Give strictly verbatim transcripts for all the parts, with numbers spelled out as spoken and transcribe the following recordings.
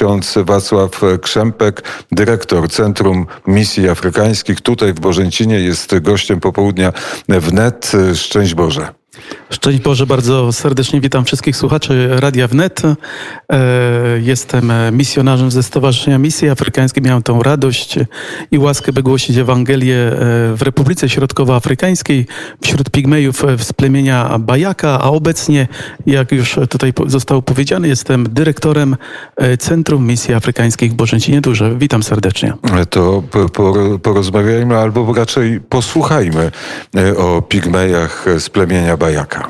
ksiądz Wacław Krzempek, dyrektor Centrum Misji Afrykańskich. Tutaj w Bożęcinie jest gościem popołudnia Wnet. Szczęść Boże. Szczęść Boże, bardzo serdecznie witam wszystkich słuchaczy Radia Wnet. Jestem misjonarzem ze Stowarzyszenia Misji Afrykańskiej. Miałem tą radość i łaskę, by głosić Ewangelię w Republice Środkowoafrykańskiej wśród pigmejów z plemienia Bayaka, a obecnie, jak już tutaj zostało powiedziane, jestem dyrektorem Centrum Misji Afrykańskich w Bożęcinie Dużej. Witam serdecznie. To porozmawiajmy, albo raczej posłuchajmy o pigmejach z plemienia Bayaka.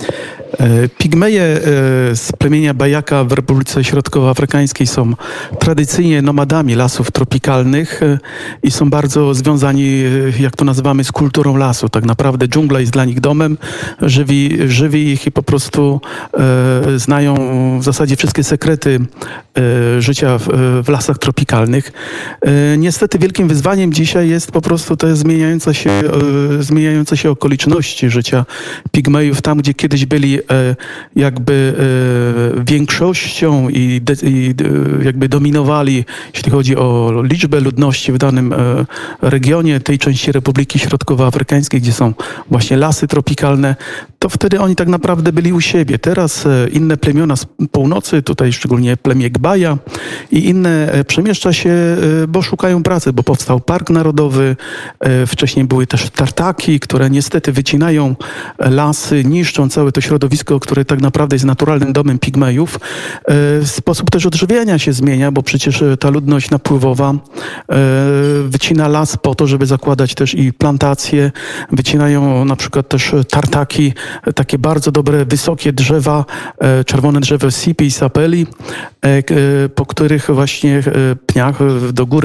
Pigmeje z plemienia Bayaka w Republice Środkowoafrykańskiej są tradycyjnie nomadami lasów tropikalnych i są bardzo związani, jak to nazywamy, z kulturą lasu. Tak naprawdę dżungla jest dla nich domem, żywi, żywi ich i po prostu e, znają w zasadzie wszystkie sekrety e, życia w, w lasach tropikalnych. E, niestety wielkim wyzwaniem dzisiaj jest po prostu te zmieniające się, e, zmieniające się okoliczności życia pigmejów tam, gdzie kiedyś byli jakby e, większością i, de, i e, jakby dominowali, jeśli chodzi o liczbę ludności w danym e, regionie, tej części Republiki Środkowoafrykańskiej, gdzie są właśnie lasy tropikalne, to wtedy oni tak naprawdę byli u siebie. Teraz e, inne plemiona z północy, tutaj szczególnie plemię Gbaya i inne e, przemieszcza się, e, bo szukają pracy, bo powstał Park Narodowy, e, wcześniej były też tartaki, które niestety wycinają lasy, niszczą całe to środowisko, które tak naprawdę jest naturalnym domem pigmejów. Sposób też odżywiania się zmienia, bo przecież ta ludność napływowa wycina las po to, żeby zakładać też i plantacje. Wycinają na przykład też tartaki, takie bardzo dobre, wysokie drzewa, czerwone drzewo sipi i sapeli, po których właśnie pniach do góry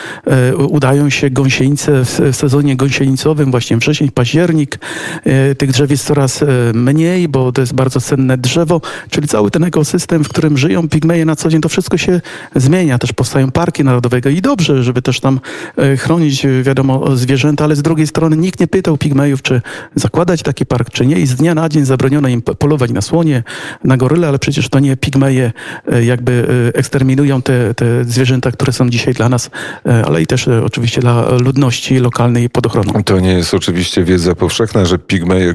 udają się gąsieńce w sezonie gąsienicowym, właśnie wrzesień, październik. Tych drzew jest coraz mniej, bo to jest bardzo cenne drzewo, czyli cały ten ekosystem, w którym żyją pigmeje na co dzień, to wszystko się zmienia. Też powstają parki narodowe i dobrze, żeby też tam chronić, wiadomo, zwierzęta, ale z drugiej strony nikt nie pytał pigmejów, czy zakładać taki park, czy nie. I z dnia na dzień zabroniono im polować na słonie, na goryle, ale przecież to nie pigmeje jakby eksterminują te, te zwierzęta, które są dzisiaj dla nas, ale i też oczywiście dla ludności lokalnej pod ochroną. To nie jest oczywiście wiedza powszechna, że pigmeje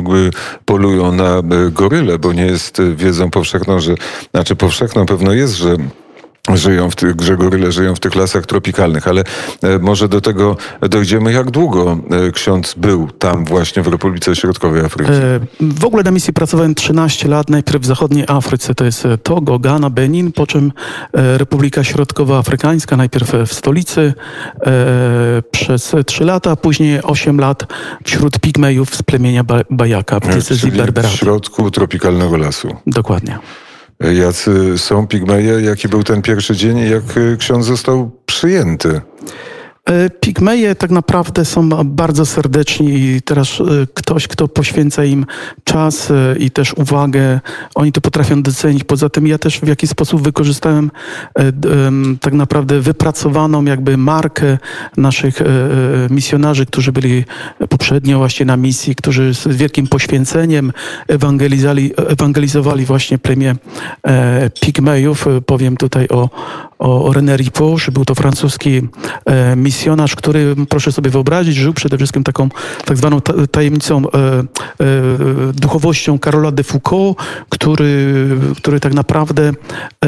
polują na goryle, bo nie jest wiedzą powszechną, że, znaczy powszechną pewno jest, że żyją w tych, że goryle żyją w tych lasach tropikalnych, ale e, może do tego dojdziemy. Jak długo e, ksiądz był tam właśnie w Republice Środkowej Afryki? E, w ogóle na misji pracowałem trzynaście lat, najpierw w zachodniej Afryce, to jest Togo, Ghana, Benin, po czym e, Republika Środkowoafrykańska, najpierw w stolicy e, przez trzy lata, a później osiem lat wśród pigmejów z plemienia ba Bayaka w diecezji Berberaty. W środku tropikalnego lasu. Dokładnie. Jacy są pigmeje? Jaki był ten pierwszy dzień i jak ksiądz został przyjęty? Pigmeje tak naprawdę są bardzo serdeczni i teraz ktoś, kto poświęca im czas i też uwagę, oni to potrafią docenić. Poza tym ja też w jakiś sposób wykorzystałem tak naprawdę wypracowaną jakby markę naszych misjonarzy, którzy byli poprzednio właśnie na misji, którzy z wielkim poświęceniem ewangelizowali, ewangelizowali właśnie plemię pigmejów. Powiem tutaj o, o René Ripoche, był to francuski misjonarz, misjonarz, który, proszę sobie wyobrazić, żył przede wszystkim taką tak zwaną tajemnicą, e, e, duchowością Karola de Foucault, który, który tak naprawdę e,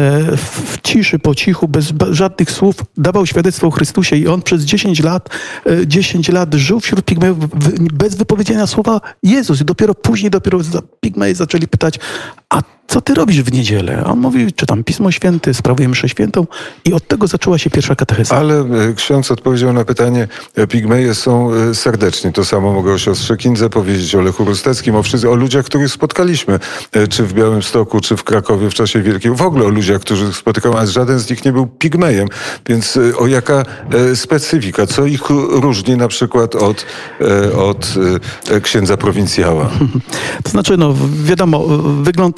w ciszy, po cichu, bez żadnych słów dawał świadectwo o Chrystusie i on przez dziesięć lat, e, dziesięć lat żył wśród pigmejów bez wypowiedzenia słowa Jezus. I dopiero później, dopiero pigmeje zaczęli pytać, a co ty robisz w niedzielę? A on mówi, czytam Pismo Święte, sprawuję mszę świętą i od tego zaczęła się pierwsza katecheza. Ale ksiądz odpowiedział na pytanie, pigmeje są serdeczni. To samo mogę o siostrze Kindze powiedzieć, o Lechu Rusteckim, o, o ludziach, których spotkaliśmy, czy w Białymstoku, czy w Krakowie w czasie Wielkiej. W ogóle o ludziach, których spotykałem, a żaden z nich nie był pigmejem. Więc o jaka specyfika, co ich różni na przykład od, od księdza prowincjała? To znaczy, no wiadomo, wygląd to jest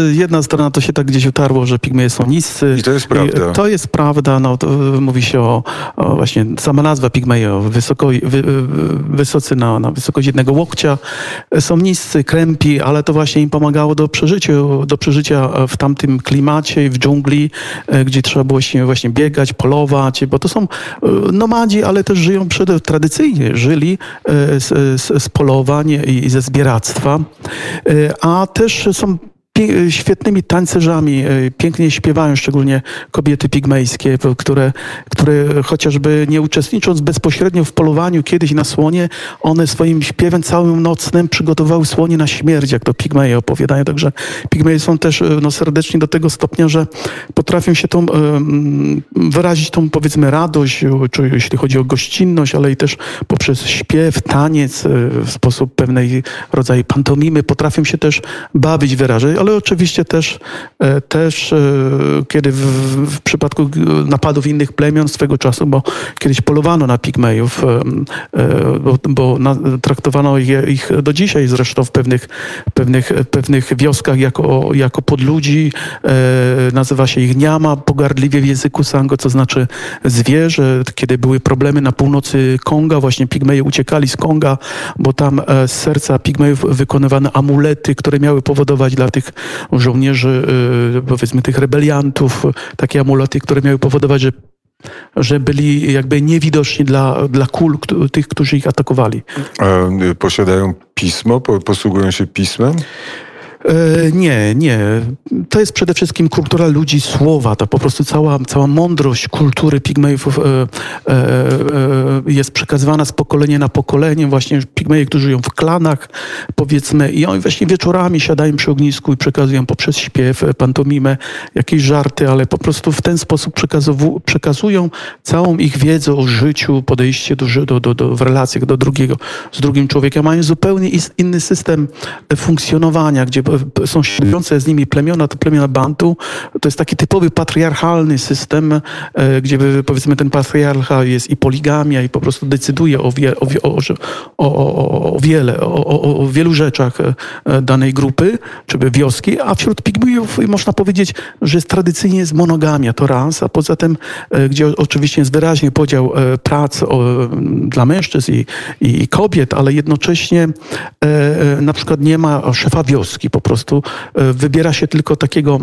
jedna strona to się tak gdzieś utarło, że pigmeje są niscy. I to jest prawda. I to jest prawda. No, to mówi się o, o właśnie, sama nazwa pigmeje, wysoko, wy, wysocy na, na wysokość jednego łokcia. Są niscy, krępi, ale to właśnie im pomagało do przeżycia, do przeżycia w tamtym klimacie, w dżungli, gdzie trzeba było się właśnie biegać, polować, bo to są nomadzi, ale też żyją przede, tradycyjnie, żyli z, z, z polowań i ze zbieractwa, a też są świetnymi tancerzami, pięknie śpiewają, szczególnie kobiety pigmejskie, które, które chociażby nie uczestnicząc bezpośrednio w polowaniu kiedyś na słonie, one swoim śpiewem całym nocnym przygotowały słonie na śmierć, jak to pigmeje opowiadają. Także pigmeje są też no, serdeczni do tego stopnia, że potrafią się tą, wyrazić tą, powiedzmy, radość, czy jeśli chodzi o gościnność, ale i też poprzez śpiew, taniec, w sposób pewnej rodzaju pantomimy, potrafią się też bawić, wyrażać. Ale oczywiście też, też kiedy w, w przypadku napadów innych plemion swego czasu, bo kiedyś polowano na pigmejów, bo, bo na, traktowano ich, ich do dzisiaj zresztą w pewnych, pewnych, pewnych wioskach jako, jako podludzi. Nazywa się ich niama, pogardliwie w języku Sango, co znaczy zwierzę. Kiedy były problemy na północy Konga, właśnie pigmeje uciekali z Konga, bo tam z serca pigmejów wykonywano amulety, które miały powodować dla tych żołnierzy, powiedzmy tych rebeliantów, takie amulety, które miały powodować, że, że byli jakby niewidoczni dla, dla kul tych, którzy ich atakowali. A posiadają pismo? Posługują się pismem? Nie, nie. To jest przede wszystkim kultura ludzi słowa. To po prostu cała, cała mądrość kultury pigmejów e, e, e, jest przekazywana z pokolenia na pokolenie. Właśnie pigmeje, którzy żyją w klanach, powiedzmy, i oni właśnie wieczorami siadają przy ognisku i przekazują poprzez śpiew, pantomimę, jakieś żarty, ale po prostu w ten sposób przekazują, przekazują całą ich wiedzę o życiu, podejście do, do, do, do, w relacjach do drugiego, z drugim człowiekiem. Mają zupełnie inny system funkcjonowania, gdzie są śledzące z nimi plemiona, to plemiona Bantu. To jest taki typowy patriarchalny system, gdzie powiedzmy ten patriarcha jest i poligamia i po prostu decyduje o, wie, o, o, o, o wiele, o, o, o wielu rzeczach danej grupy, czy wioski, a wśród pigmejów można powiedzieć, że jest tradycyjnie jest monogamia, to raz, a poza tym, gdzie oczywiście jest wyraźny podział prac o, dla mężczyzn i, i kobiet, ale jednocześnie na przykład nie ma szefa wioski, po prostu wybiera się tylko takiego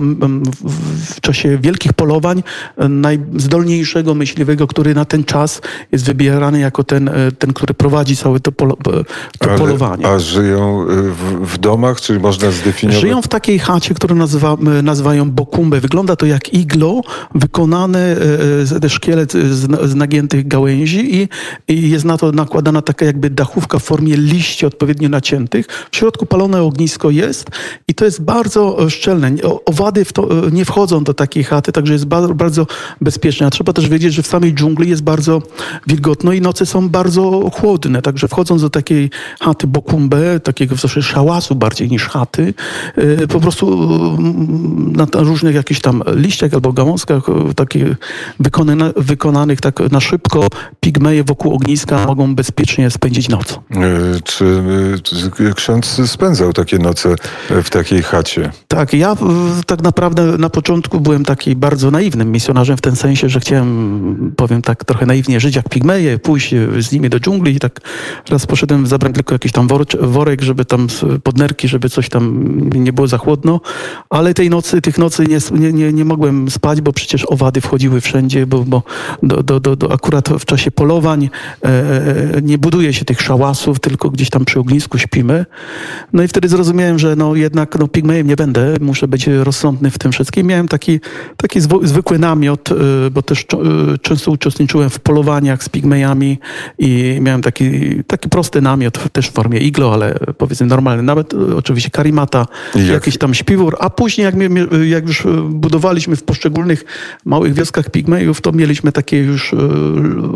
w czasie wielkich polowań najzdolniejszego myśliwego, który na ten czas jest wybierany jako ten, ten który prowadzi całe to, polo, to Ale, polowanie. A żyją w, w domach, czyli można zdefiniować? Żyją w takiej chacie, którą nazywa, nazywają bokumbę. Wygląda to jak iglo wykonane ze szkielet z, z nagiętych gałęzi i, i jest na to nakładana taka jakby dachówka w formie liści odpowiednio naciętych. W środku palone ognisko jest i to jest bardzo szczelne. Owady w to nie wchodzą do takiej chaty, także jest bardzo, bardzo bezpieczne. A trzeba też wiedzieć, że w samej dżungli jest bardzo wilgotno i noce są bardzo chłodne. Także wchodząc do takiej chaty bokumbę, takiego w zasadzie szałasu bardziej niż chaty, po prostu na różnych jakichś tam liściach albo gałązkach takich wykona, wykonanych tak na szybko, pigmeje wokół ogniska mogą bezpiecznie spędzić noc. Czy ksiądz spędzał takie noce w takiej chacie? Tak, ja tak naprawdę na początku byłem taki bardzo naiwnym misjonarzem w tym sensie, że chciałem, powiem tak trochę naiwnie, żyć jak pigmeje, pójść z nimi do dżungli i tak raz poszedłem, zabrałem tylko jakiś tam worek, żeby tam podnerki, żeby coś tam nie było za chłodno, ale tej nocy, tych nocy nie, nie, nie mogłem spać, bo przecież owady wchodziły wszędzie, bo, bo do, do, do, do akurat w czasie polowań e, nie buduje się tych szałasów, tylko gdzieś tam przy ognisku śpimy. No i wtedy zrozumiałem, że no jednak no, pigmejem nie będę, muszę być rozsądny w tym wszystkim. Miałem taki, taki zwykły namiot, bo też często uczestniczyłem w polowaniach z pigmejami i miałem taki, taki prosty namiot, też w formie iglo, ale powiedzmy normalny, nawet oczywiście karimata, Jak? jakiś tam śpiwór, a później jak, my, jak już budowaliśmy w poszczególnych małych wioskach pigmejów, to mieliśmy takie już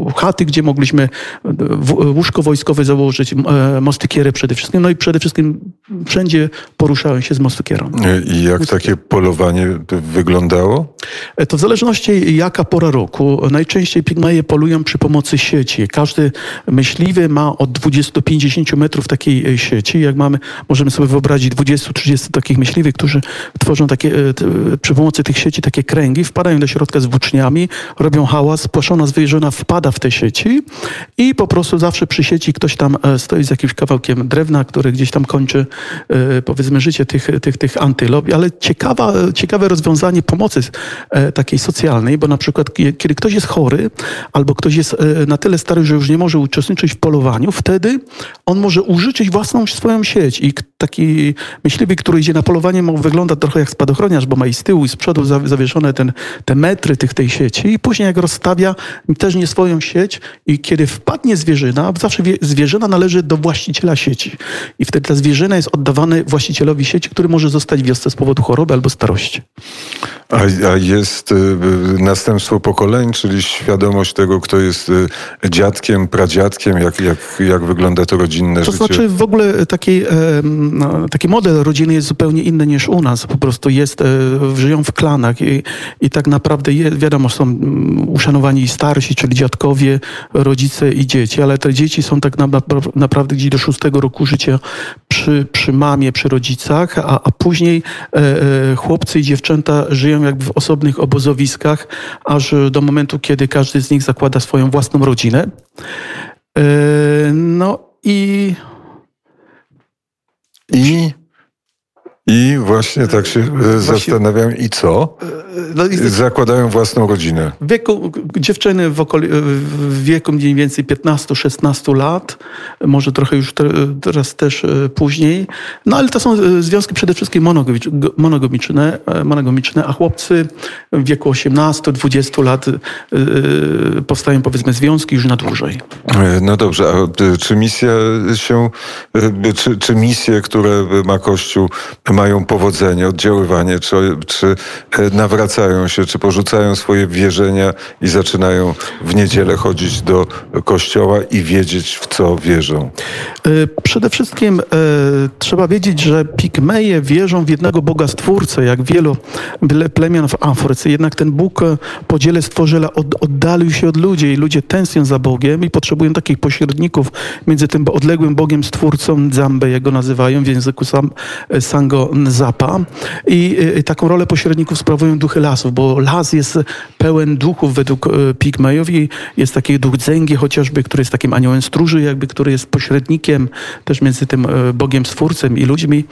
chaty, gdzie mogliśmy łóżko wojskowe założyć, mostykierę przede wszystkim, no i przede wszystkim wszędzie poruszałem się z mostykierą. I jak takie polowanie wyglądało? To w zależności jaka pora roku. Najczęściej pigmeje polują przy pomocy sieci. Każdy myśliwy ma od dwudziestu do pięćdziesięciu metrów takiej sieci. Jak mamy, możemy sobie wyobrazić dwudziestu do trzydziestu takich myśliwych, którzy tworzą takie, przy pomocy tych sieci takie kręgi, wpadają do środka z włóczniami, robią hałas, płaszczona zwierzęta wpada w te sieci i po prostu zawsze przy sieci ktoś tam stoi z jakimś kawałkiem drewna, który gdzieś tam kończy, powiedzmy, życie tych, tych, tych antylop. Ale ciekawa, ciekawe rozwiązanie pomocy takiej socjalnej, bo na przykład kiedy ktoś jest chory albo ktoś jest na tyle stary, że już nie może uczestniczyć w polowaniu, wtedy on może użyczyć własną swoją sieć i taki myśliwy, który idzie na polowanie, wygląda trochę jak spadochroniarz, bo ma i z tyłu i z przodu zawieszone ten, te metry tych, tej sieci i później jak rozstawia też nie swoją sieć i kiedy wpadnie zwierzyna, zawsze wie, zwierzyna należy do właściciela sieci i wtedy ta zwierzyna jest oddawana właścicielowi sieci, który może zostać w wiosce z powodu choroby albo starości. A, a jest y, następstwo pokoleń, czyli świadomość tego, kto jest y, dziadkiem, pradziadkiem, jak, jak, jak wygląda to rodzinne to życie? To znaczy w ogóle taki, e, no, taki model rodziny jest zupełnie inny niż u nas. Po prostu jest, e, żyją w klanach i, i tak naprawdę jest, wiadomo, są uszanowani starsi, czyli dziadkowie, rodzice i dzieci, ale te dzieci są tak na, naprawdę gdzieś do szóstego roku życia przy, przy mamie, przy rodzicach, a, a później e, e, chłopcy i dziewczęta żyją jakby w osobnych obozowiskach, aż do momentu, kiedy każdy z nich zakłada swoją własną rodzinę. E, no i... I... I właśnie tak się właśnie, zastanawiam, i co? No i zakładają własną rodzinę. W wieku, dziewczyny w, okoli, w wieku mniej więcej piętnastu szesnastu lat, może trochę już te, teraz też później. No ale to są związki przede wszystkim monogamiczne, monogamiczne, a chłopcy w wieku osiemnastu dwudziestu lat powstają, powiedzmy, związki już na dłużej. No dobrze, a czy misja się, czy, czy misje, które ma Kościół, mają powodzenie, oddziaływanie, czy, czy nawracają się, czy porzucają swoje wierzenia i zaczynają w niedzielę chodzić do kościoła i wiedzieć, w co wierzą? Przede wszystkim e, trzeba wiedzieć, że Pigmeje wierzą w jednego Boga Stwórcę, jak wielu plemion w Afryce. Jednak ten Bóg po dziele Stworzyla od, oddalił się od ludzi i ludzie tęsknią za Bogiem i potrzebują takich pośredników między tym odległym Bogiem Stwórcą, Nzambe, jak go nazywają w języku sam, Sango Nzapa. I, I taką rolę pośredników sprawują duchy lasów, bo las jest pełen duchów według Pigmejów i jest taki duch Dzengi chociażby, który jest takim aniołem stróży, jakby, który jest pośrednikiem też między tym Bogiem Stwórcą i ludźmi.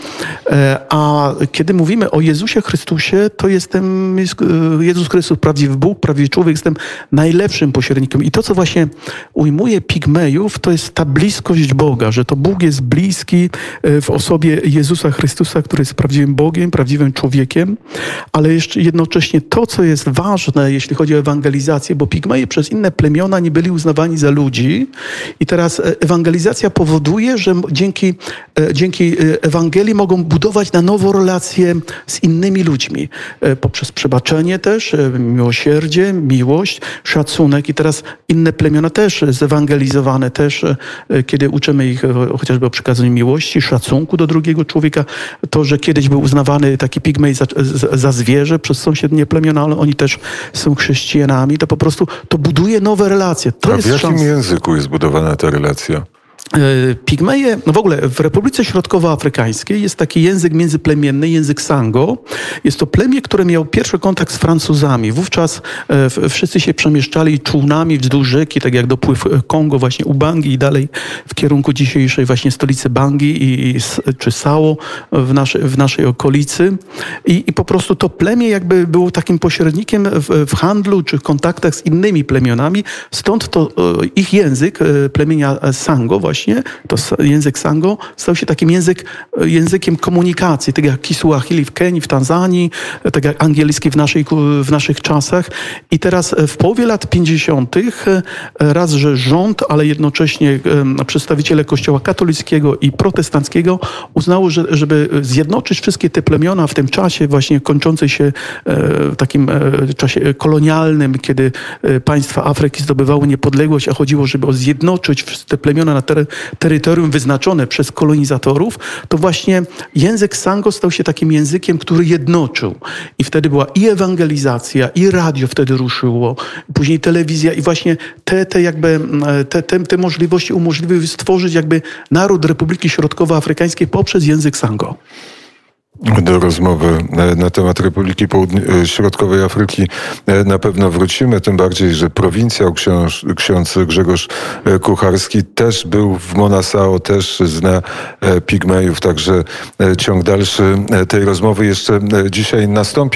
A kiedy mówimy o Jezusie Chrystusie, to jestem Jezus Chrystus, prawdziwy Bóg, prawdziwy człowiek, jestem najlepszym pośrednikiem. I to, co właśnie ujmuje Pigmejów, to jest ta bliskość Boga, że to Bóg jest bliski w osobie Jezusa Chrystusa, który jest prawdziwym Bogiem, prawdziwym człowiekiem, ale jeszcze jednocześnie to, co jest ważne, jeśli chodzi o ewangelizację, bo Pigmeje przez inne plemiona nie byli uznawani za ludzi i teraz ewangelizacja powoduje, że dzięki, dzięki Ewangelii mogą budować na nowo relacje z innymi ludźmi. Poprzez przebaczenie też, miłosierdzie, miłość, szacunek i teraz inne plemiona też zewangelizowane też, kiedy uczymy ich chociażby o przekazaniu miłości, szacunku do drugiego człowieka, to, że kiedyś był uznawany taki Pigmej za, za zwierzę przez sąsiednie plemiona, ale oni też są chrześcijanami, to po prostu to buduje nowe relacje. To A jest w jakim szansa. języku jest budowana ta relacja? Pigmeje, no w ogóle w Republice Środkowoafrykańskiej jest taki język międzyplemienny, język Sango. Jest to plemię, które miało pierwszy kontakt z Francuzami. Wówczas e, wszyscy się przemieszczali czółnami wzdłuż rzeki, tak jak dopływ Kongo, właśnie u Bangi i dalej w kierunku dzisiejszej właśnie stolicy Bangi i, i, czy Sao w, nasze, w naszej okolicy. I, I po prostu to plemię jakby było takim pośrednikiem w, w handlu czy kontaktach z innymi plemionami. Stąd to e, ich język, e, plemienia Sango właśnie właśnie, to s- język Sango stał się takim język, językiem komunikacji, tak jak Kiswahili w Kenii, w Tanzanii, tak jak angielski w, naszej, ku- w naszych czasach. I teraz w połowie lat pięćdziesiątych raz, że rząd, ale jednocześnie em, przedstawiciele Kościoła katolickiego i protestanckiego uznało, że żeby zjednoczyć wszystkie te plemiona w tym czasie właśnie kończącej się e, w takim e, czasie kolonialnym, kiedy e, państwa Afryki zdobywały niepodległość, a chodziło, żeby o zjednoczyć wszystkie te plemiona na tery, terytorium wyznaczone przez kolonizatorów, to właśnie język Sango stał się takim językiem, który jednoczył. I wtedy była i ewangelizacja, i radio wtedy ruszyło, później telewizja i właśnie te, te jakby te, te, te możliwości umożliwiły stworzyć jakby naród Republiki Środkowoafrykańskiej poprzez język Sango. Do rozmowy na temat Republiki Południ- Środkowej Afryki na pewno wrócimy, tym bardziej, że prowincjał książ, ksiądz Grzegorz Kucharski też był w Monasao, też zna Pigmejów, także ciąg dalszy tej rozmowy jeszcze dzisiaj nastąpi.